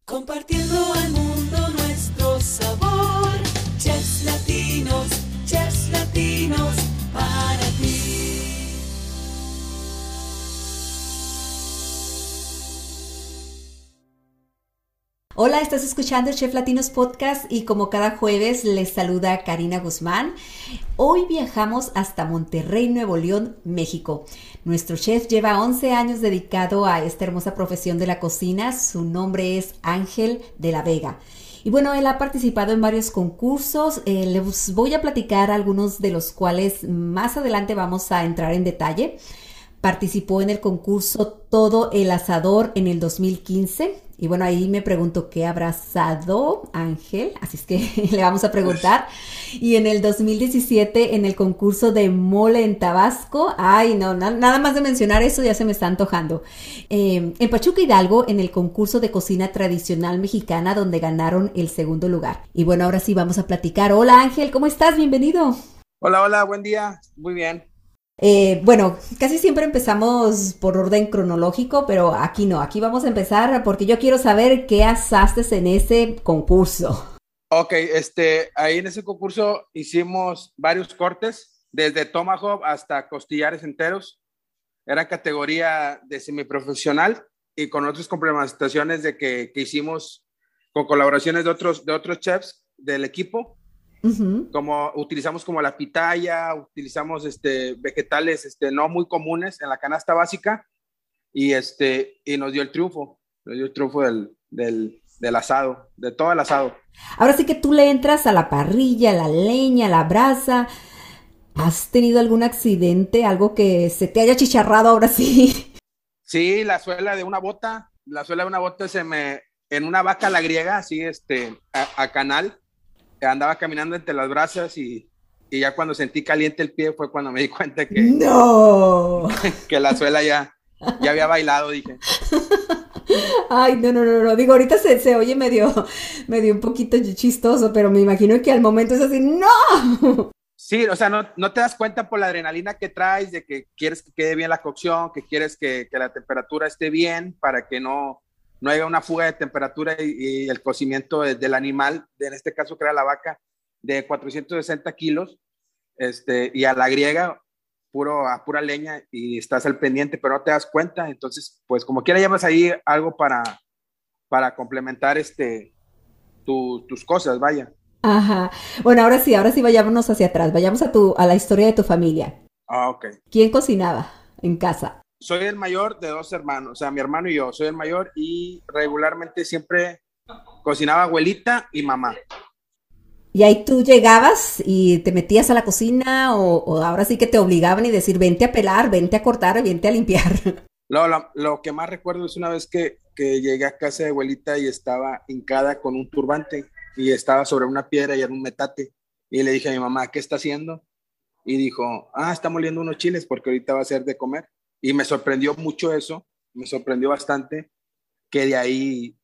Compartiendo al mundo nuestro sabor. Chefs latinos para ti. Hola, estás escuchando Chef Latinos Podcast y como cada jueves les saluda Karina Guzmán. Hoy viajamos hasta Monterrey, Nuevo León, México. Nuestro chef lleva 11 años dedicado a esta hermosa profesión de la cocina. Su nombre es Ángel de la Vega. Y bueno, él ha participado en varios concursos. Les voy a platicar algunos de los cuales más adelante vamos a entrar en detalle. Participó en el concurso Todo el Asador en el 2015. Y bueno, ahí me pregunto qué habrá asado Ángel, así es que le vamos a preguntar. Y en el 2017 en el concurso de mole en Tabasco, ay no, nada más de mencionar eso ya se me está antojando. En Pachuca, Hidalgo, en el concurso de cocina tradicional mexicana donde ganaron el segundo lugar. Y bueno, ahora sí vamos a platicar. Hola Ángel, ¿cómo estás? Bienvenido. Hola, buen día, muy bien. Bueno, casi siempre empezamos por orden cronológico, pero aquí no, aquí vamos a empezar porque yo quiero saber qué asaste en ese concurso. Ok, ahí en ese concurso hicimos varios cortes, desde tomahawk hasta costillares enteros. Era categoría de semiprofesional y con otras complementaciones de que hicimos con colaboraciones de otros chefs del equipo. Uh-huh. Como utilizamos como la pitaya, utilizamos vegetales no muy comunes en la canasta básica y nos dio el triunfo, del asado, de todo el asado. Ahora sí que tú le entras a la parrilla, a la leña, a la brasa. ¿Has tenido algún accidente, algo que se te haya chicharrado ahora sí? Sí, la suela de una bota en una vaca a la griega, así a canal, andaba caminando entre las brasas y ya cuando sentí caliente el pie fue cuando me di cuenta ¡No! que la suela ya había bailado, dije. Ay, no. Digo, ahorita se oye medio un poquito chistoso, pero me imagino que al momento es así, ¡no! Sí, o sea, no te das cuenta por la adrenalina que traes de que quieres que quede bien la cocción, que quieres que la temperatura esté bien para que no haya una fuga de temperatura y el cocimiento del animal, en este caso que era la vaca, de 460 kilos, y a la griega, a pura leña, y estás al pendiente, pero no te das cuenta. Entonces, pues como quiera llevas ahí algo para complementar tus cosas, vaya. Ajá. Bueno, ahora sí vayámonos hacia atrás, vayamos a la historia de tu familia. Ah, ok. ¿Quién cocinaba en casa? Soy el mayor de dos hermanos, o sea, mi hermano y yo, soy el mayor y regularmente siempre cocinaba abuelita y mamá. Y ahí tú llegabas y te metías a la cocina o ahora sí que te obligaban y decir, vente a pelar, vente a cortar, vente a limpiar. Lo que más recuerdo es una vez que llegué a casa de abuelita y estaba hincada con un turbante y estaba sobre una piedra y era un metate. Y le dije a mi mamá, ¿qué está haciendo? Y dijo, está moliendo unos chiles porque ahorita va a ser de comer. Y me sorprendió mucho eso, me sorprendió bastante que de ahí,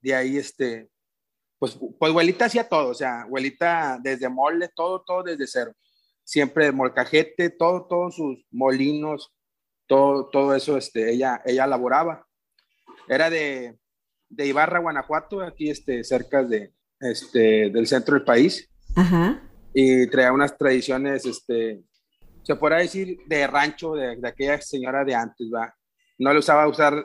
pues abuelita hacía todo, o sea, abuelita desde mole, todo desde cero. Siempre de molcajete, todos sus molinos, todo eso, ella elaboraba. Era de Ibarra, Guanajuato, aquí cerca del centro del país. Ajá. Y traía unas tradiciones, se podrá decir de rancho, de aquella señora de antes, ¿va? No le usar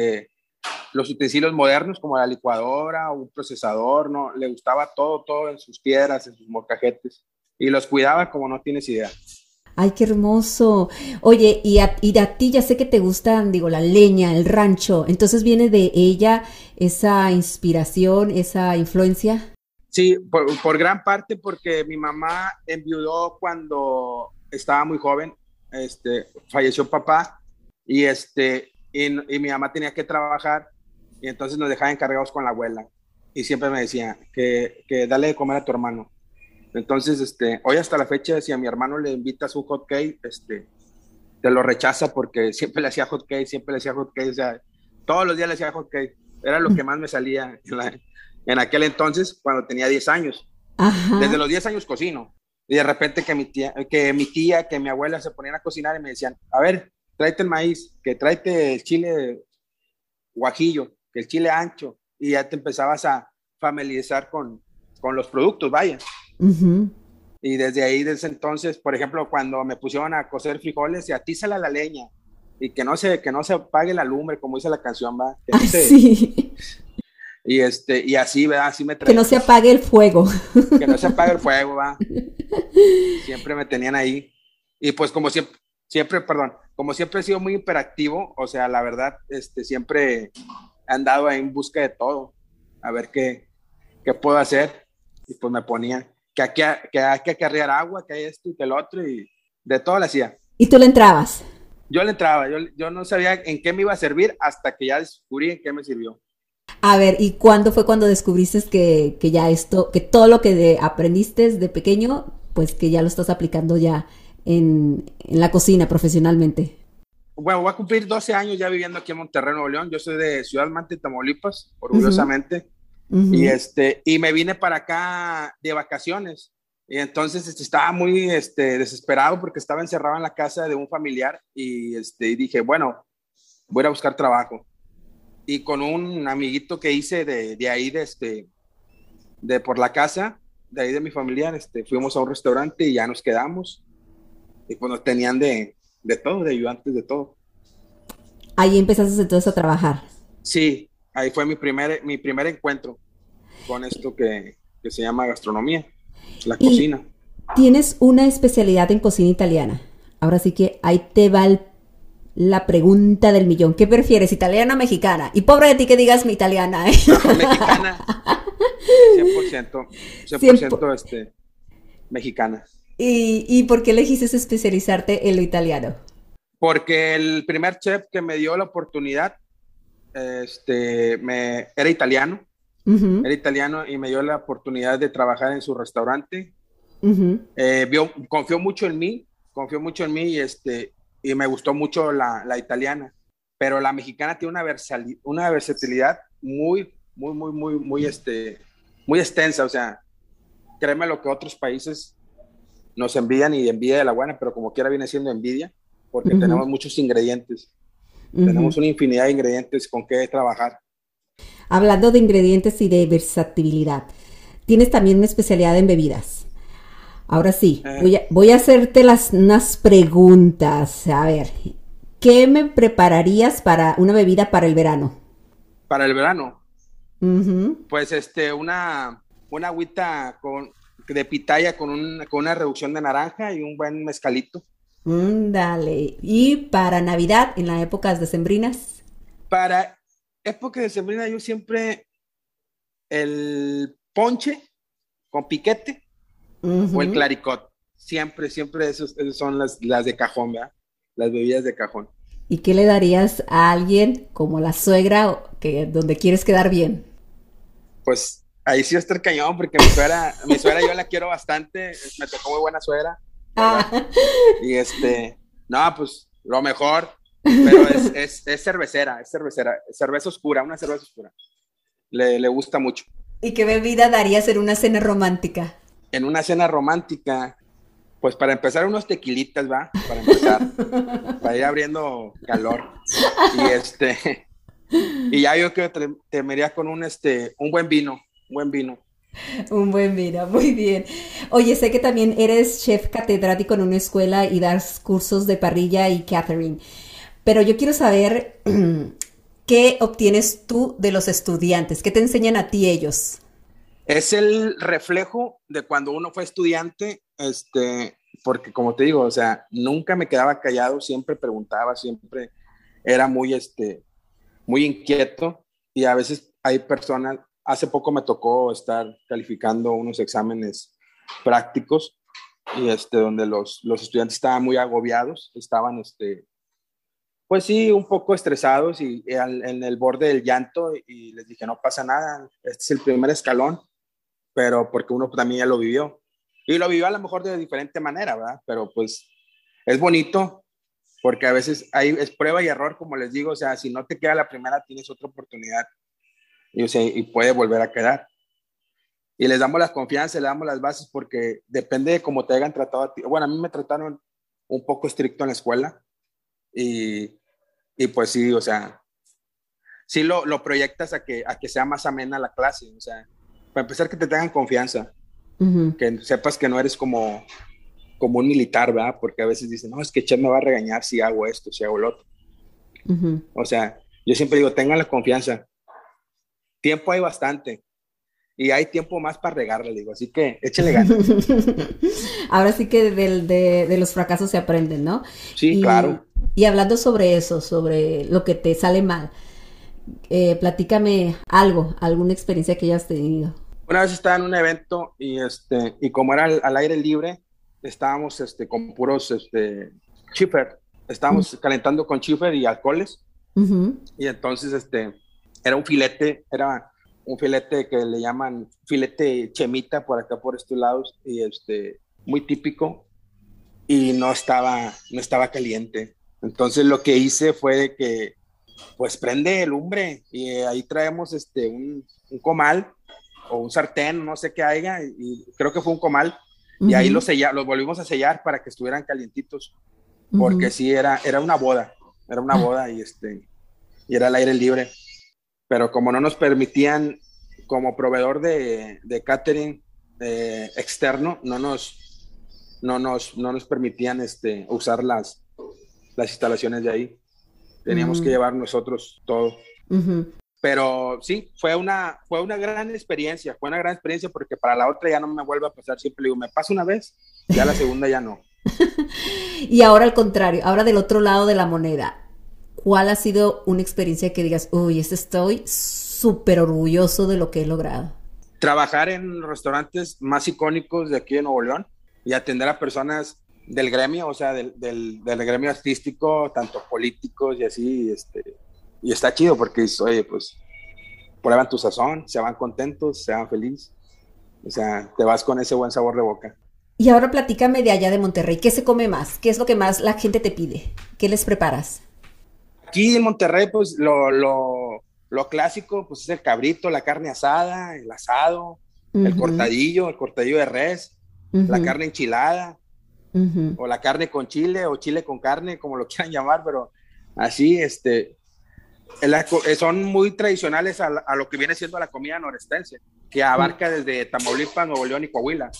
los utensilios modernos como la licuadora o un procesador, no, le gustaba todo en sus piedras, en sus molcajetes y los cuidaba como no tienes idea. Ay, qué hermoso. Oye, y a ti ya sé que te gustan, digo, la leña, el rancho. Entonces viene de ella esa inspiración, esa influencia. Sí, por gran parte porque mi mamá enviudó cuando estaba muy joven, falleció papá y mi mamá tenía que trabajar y entonces nos dejaba encargados con la abuela y siempre me decía que dale de comer a tu hermano. Entonces, hoy hasta la fecha, si a mi hermano le invitas un hot cake, te lo rechaza porque siempre le hacía hot cake, o sea, todos los días le hacía hot cake. Era lo que más me salía en aquel entonces, cuando tenía 10 años. Ajá. Desde los 10 años cocino. Y de repente que mi tía, que mi abuela se ponían a cocinar y me decían, a ver, tráete el maíz, que tráete el chile guajillo, que el chile ancho, y ya te empezabas a familiarizar con los productos, vaya. Ujú. Y desde ahí, desde entonces, por ejemplo, cuando me pusieron a cocer frijoles y atízala la leña y que no se apague la lumbre, como dice la canción, va, que no Ah, se, sí, y así, ¿verdad? Así me que no traían, se apague el fuego. que no se apague el fuego, va. Siempre me tenían ahí. Y pues perdón, como siempre he sido muy hiperactivo, o sea, la verdad, siempre he andado ahí en busca de todo, a ver qué puedo hacer. Y pues me ponían que hay que acarrear agua, que hay esto y que el otro, y de todo le hacía. Y tú le entrabas. Yo le entraba, yo no sabía en qué me iba a servir hasta que ya descubrí en qué me sirvió. A ver, ¿y cuándo fue cuando descubriste que ya esto, que todo lo que aprendiste de pequeño, pues que ya lo estás aplicando ya en la cocina profesionalmente? Bueno, voy a cumplir 12 años ya viviendo aquí en Monterrey, Nuevo León. Yo soy de Ciudad Mante, Tamaulipas, Ujú, orgullosamente. Y, ujú. y me vine para acá de vacaciones. Y entonces estaba muy desesperado porque estaba encerrado en la casa de un familiar y dije, bueno, voy a ir a buscar trabajo. Y con un amiguito que hice de ahí, de por la casa, de ahí de mi familiar, fuimos a un restaurante y ya nos quedamos. Y pues nos tenían de todo, de ayudantes de todo. Ahí empezaste entonces a trabajar. Sí, ahí fue mi primer encuentro con esto que se llama gastronomía, la Y cocina. tienes una especialidad en cocina italiana. Ahora sí que ahí te va la pregunta del millón. ¿Qué prefieres, italiana o mexicana? Y pobre de ti que digas mi italiana, ¿eh? No, mexicana, 100%, 100%. 100% mexicana. ¿Y por qué elegiste especializarte en lo italiano? Porque el primer chef que me dio la oportunidad, era italiano. Ujú, Era italiano y me dio la oportunidad de trabajar en su restaurante. ujú, Confió mucho en mí y me gustó mucho la italiana. Pero la mexicana tiene una versatilidad muy, muy, muy, muy, muy, muy extensa. O sea, créeme lo que otros países nos envían y envidia de la buena, pero como quiera viene siendo envidia porque ujú, tenemos muchos ingredientes. ujú. Tenemos una infinidad de ingredientes con que trabajar. Hablando de ingredientes y de versatilidad, tienes también una especialidad en bebidas. Ahora sí, Eh, voy a hacerte unas preguntas. A ver, ¿qué me prepararías para una bebida para el verano? para el verano, Ujú. pues una agüita de pitaya con una reducción de naranja y un buen mezcalito. Dale. ¿Y para Navidad, en las épocas decembrinas? Para época de sembrina, yo siempre el ponche con piquete o el Ujú. claricot. Siempre, siempre esos son las de cajón, ¿verdad? Las bebidas de cajón. ¿Y qué le darías a alguien como la suegra donde quieres quedar bien? Pues ahí sí va a estar cañón porque mi suegra yo la quiero bastante, me tocó muy buena suegra, ¿verdad? Ah, Y no, pues lo mejor, pero es cervecera, cerveza oscura, una cerveza oscura. Le gusta mucho. ¿y qué bebida darías en una cena romántica? En una cena romántica, pues para empezar unos tequilitas, ¿va? Para empezar, para ir abriendo calor. Y y ya yo creo que te me iría con un buen vino. Un buen vino, muy bien. Oye, sé que también eres chef catedrático en una escuela y das cursos de parrilla y catering, pero yo quiero saber qué obtienes tú de los estudiantes, qué te enseñan a ti ellos. Es el reflejo de cuando uno fue estudiante, porque como te digo, o sea, nunca me quedaba callado, siempre preguntaba, siempre era muy inquieto y a veces hay personas, hace poco me tocó estar calificando unos exámenes prácticos y donde los estudiantes estaban muy agobiados, estaban pues sí, un poco estresados y en el borde del llanto y les dije, no pasa nada, este es el primer escalón, pero porque uno también ya lo vivió. Y lo vivió a lo mejor de diferente manera, ¿verdad? Pero pues es bonito porque a veces es prueba y error, como les digo, o sea, si no te queda la primera, tienes otra oportunidad y, o sea, y puede volver a quedar. Y les damos la confianza, le damos las bases porque depende de cómo te hayan tratado a ti. Bueno, a mí me trataron un poco estricto en la escuela y pues sí, o sea, sí lo proyectas a que sea más amena la clase. O sea, para empezar, que te tengan confianza, que sepas que no eres como un militar, ¿verdad? Porque a veces dicen, no, es que Chef me va a regañar si hago esto, si hago lo otro. O sea, yo siempre digo, tengan la confianza. Tiempo hay bastante. Y hay tiempo más para regarle, digo. Así que échale ganas. Ahora sí que de los fracasos se aprenden, ¿no? Sí, claro. Y hablando sobre eso, sobre lo que te sale mal, platícame algo, alguna experiencia que hayas tenido. Una vez estaba en un evento y como era al aire libre, estábamos con puros chiffer. Estábamos calentando con chiffer y alcoholes. Y entonces era un filete que le llaman filete chemita por acá, por estos lados, y muy típico, y no estaba caliente. Entonces lo que hice fue de que, pues prende el lumbre, y ahí traemos un comal o un sartén, no sé qué haya, y creo que fue un comal, y ahí los volvimos a sellar para que estuvieran calientitos, porque sí, era una boda, y era al aire libre. Pero como no nos permitían, como proveedor de catering externo, no nos permitían usar las instalaciones de ahí. Teníamos que llevar nosotros todo. Pero sí, fue una gran experiencia, porque para la otra ya no me vuelve a pasar. Siempre le digo, me pasa una vez, ya la segunda ya no. Y ahora al contrario, ahora del otro lado de la moneda, ¿cuál ha sido una experiencia que digas, uy, estoy súper orgulloso de lo que he logrado? Trabajar en restaurantes más icónicos de aquí de Nuevo León y atender a personas del gremio, o sea, del gremio artístico, tanto políticos y así, y está chido porque, oye, pues, prueban tu sazón, se van contentos, se van felices, o sea, te vas con ese buen sabor de boca. Y ahora platícame de allá de Monterrey, ¿qué se come más? ¿Qué es lo que más la gente te pide? ¿Qué les preparas? Aquí en Monterrey, pues, lo clásico, pues, es el cabrito, la carne asada, el asado, el cortadillo de res, la carne enchilada, o la carne con chile, o chile con carne, como lo quieran llamar, pero así, son muy tradicionales a lo que viene siendo la comida norestense, que abarca desde Tamaulipas, Nuevo León y Coahuila.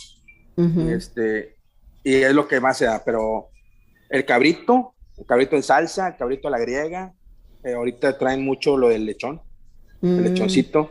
Y es lo que más se da, pero el cabrito en salsa, el cabrito a la griega, ahorita traen mucho lo del lechón, el lechoncito,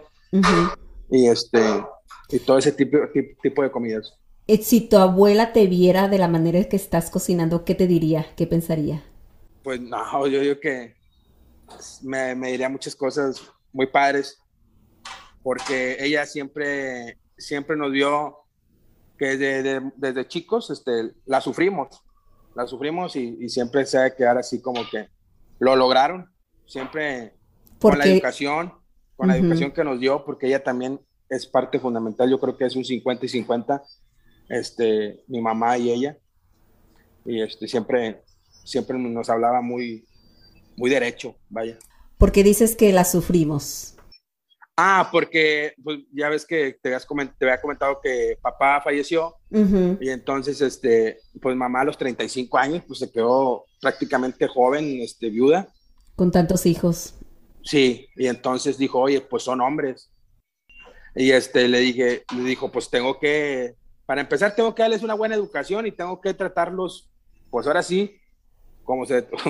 y todo ese tipo de comidas. Si tu abuela te viera de la manera que estás cocinando, ¿qué te diría? ¿Qué pensaría? Pues no, yo digo que me diría muchas cosas muy padres, porque ella siempre nos vio que desde chicos la sufrimos y siempre se va a quedar así como que lo lograron, siempre con la educación, la educación que nos dio, porque ella también es parte fundamental. Yo creo que es un 50 y 50, mi mamá y ella, y siempre nos hablaba muy, muy derecho, vaya. ¿Por qué dices que la sufrimos? Porque pues, ya ves que te había comentado que papá falleció, y entonces, pues mamá a los 35 años, pues se quedó prácticamente joven, viuda. Con tantos hijos. Sí, y entonces dijo, oye, pues son hombres. Y le dijo, pues para empezar, tengo que darles una buena educación y tengo que tratarlos, pues ahora sí, como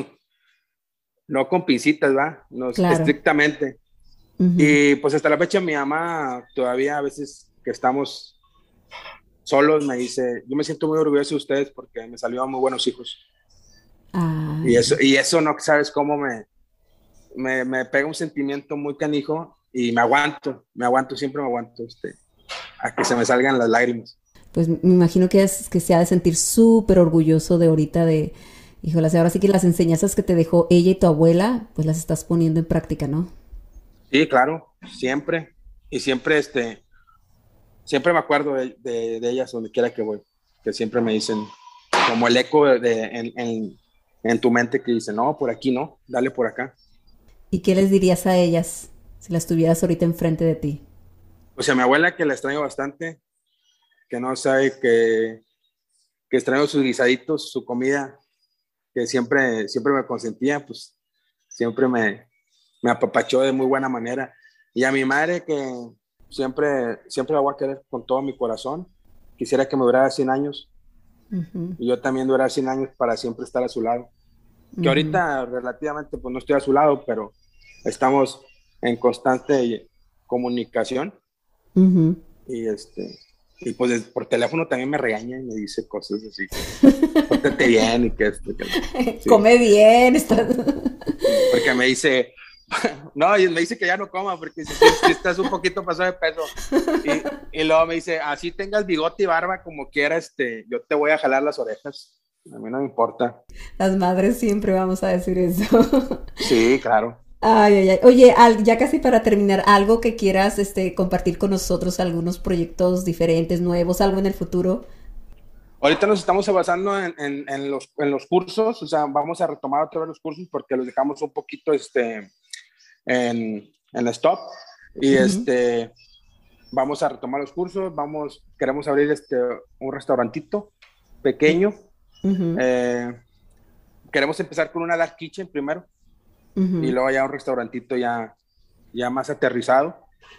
no con pincitas, ¿va? No, claro. Estrictamente. Y pues hasta la fecha mi mamá todavía a veces que estamos solos me dice, yo me siento muy orgulloso de ustedes porque me salieron muy buenos hijos. Ay. Y eso no sabes cómo me pega un sentimiento muy canijo y siempre me aguanto a que se me salgan las lágrimas. Pues me imagino que se ha de sentir súper orgulloso de ahorita híjolas, ahora sí que las enseñanzas que te dejó ella y tu abuela, pues las estás poniendo en práctica, ¿no? Sí, claro, siempre. Y siempre, siempre me acuerdo de ellas donde quiera que voy, que siempre me dicen, como el eco en tu mente que dice, no, por aquí no, dale por acá. ¿Y qué les dirías a ellas si las tuvieras ahorita enfrente de ti? Pues a mi abuela, que la extraño bastante, que no sabe que extraño sus guisaditos, su comida, que siempre me consentía, pues siempre me me apapachó de muy buena manera. Y a mi madre, que siempre la voy a querer con todo mi corazón. Quisiera que me durara 100 años. Y yo también durar 100 años para siempre estar a su lado. Que ahorita relativamente pues no estoy a su lado, pero estamos en constante comunicación. Y y pues por teléfono también me regaña y me dice cosas así, pórtate bien y que sí. Come bien. Porque me dice, no, y me dice que ya no coma porque si estás un poquito pasado de peso. Y luego me dice, así tengas bigote y barba como quieras, yo te voy a jalar las orejas. A mí no me importa. Las madres siempre vamos a decir eso. Sí, claro. Ay. Oye, ya casi para terminar, algo que quieras compartir con nosotros, algunos proyectos diferentes, nuevos, algo en el futuro. Ahorita nos estamos basando en los cursos, o sea, vamos a retomar otra vez los cursos porque los dejamos un poquito en stop y vamos a retomar los cursos, queremos abrir un restaurantito pequeño. Queremos empezar con una dark kitchen primero. Y luego ya un restaurantito ya más aterrizado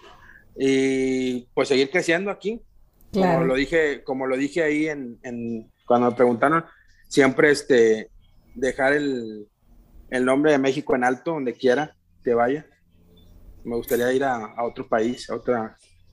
y pues seguir creciendo aquí. Claro. Como lo dije ahí cuando me preguntaron, siempre dejar el nombre de México en alto donde quiera que vaya. Me gustaría ir a otro país, a otra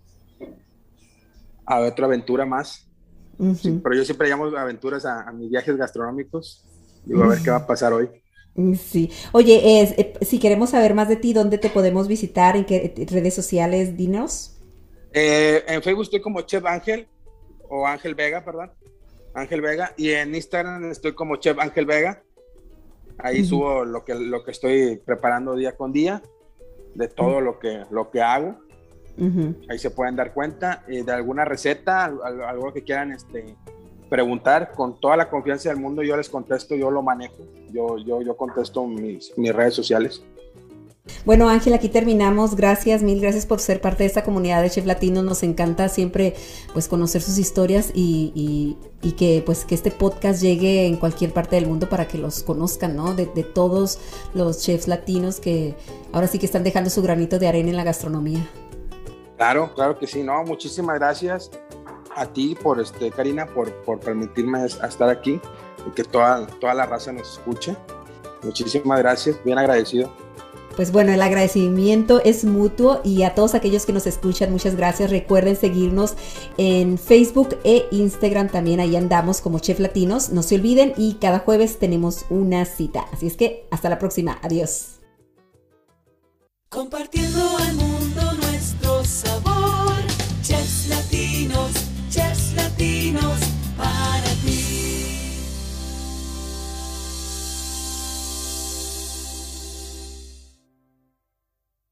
aventura más. Sí, pero yo siempre llamo aventuras a mis viajes gastronómicos. Digo, a ver qué va a pasar hoy. Sí. Oye, si queremos saber más de ti, ¿dónde te podemos visitar? ¿En qué redes sociales? Dinos. En Facebook estoy como Chef Ángel, o Ángel Vega, perdón. Ángel Vega. Y en Instagram estoy como Chef Ángel Vega. Ahí subo lo que estoy preparando día con día, de todo lo que hago. Ahí se pueden dar cuenta de alguna receta, algo que quieran preguntar, con toda la confianza del mundo yo les contesto, yo lo manejo, yo contesto mis redes sociales. Bueno, Ángel, aquí terminamos. Mil gracias por ser parte de esta comunidad de Chef Latinos. Nos encanta siempre pues conocer sus historias y que este podcast llegue en cualquier parte del mundo para que los conozcan, ¿no? De todos los chefs latinos que ahora sí que están dejando su granito de arena en la gastronomía. Claro que sí, no, muchísimas gracias a ti Karina, por permitirme estar aquí y que toda la raza nos escuche. Muchísimas gracias, bien agradecido. Pues bueno, el agradecimiento es mutuo y a todos aquellos que nos escuchan, muchas gracias. Recuerden seguirnos en Facebook e Instagram, también ahí andamos como Chef Latinos. No se olviden y cada jueves tenemos una cita. Así es que hasta la próxima. Adiós. Compartiendo al mundo nuestro sabor.